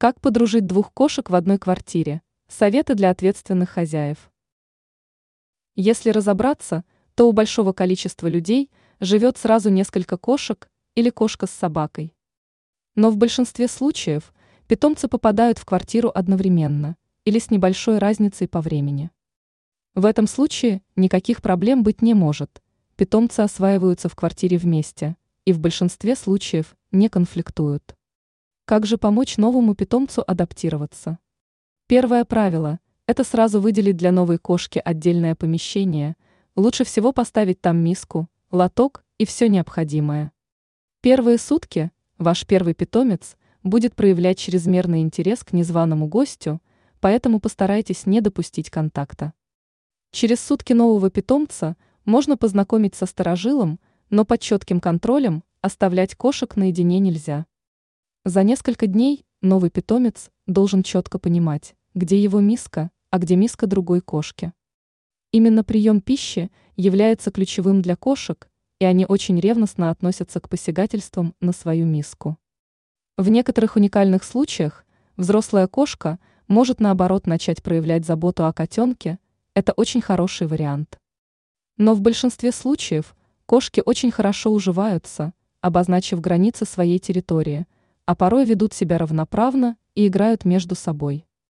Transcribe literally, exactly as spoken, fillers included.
Как подружить двух кошек в одной квартире? Советы для ответственных хозяев. Если разобраться, то у большого количества людей живет сразу несколько кошек или кошка с собакой. Но в большинстве случаев питомцы попадают в квартиру одновременно или с небольшой разницей по времени. В этом случае никаких проблем быть не может. Питомцы осваиваются в квартире вместе и в большинстве случаев не конфликтуют. Как же помочь новому питомцу адаптироваться? Первое правило – это сразу выделить для новой кошки отдельное помещение, лучше всего поставить там миску, лоток и все необходимое. Первые сутки ваш первый питомец будет проявлять чрезмерный интерес к незваному гостю, поэтому постарайтесь не допустить контакта. Через сутки нового питомца можно познакомить со старожилом, но под четким контролем оставлять кошек наедине нельзя. За несколько дней новый питомец должен четко понимать, где его миска, а где миска другой кошки. Именно прием пищи является ключевым для кошек, и они очень ревностно относятся к посягательствам на свою миску. В некоторых уникальных случаях взрослая кошка может наоборот начать проявлять заботу о котенке, это очень хороший вариант. Но в большинстве случаев кошки очень хорошо уживаются, обозначив границы своей территории, а порой ведут себя равноправно и играют между собой.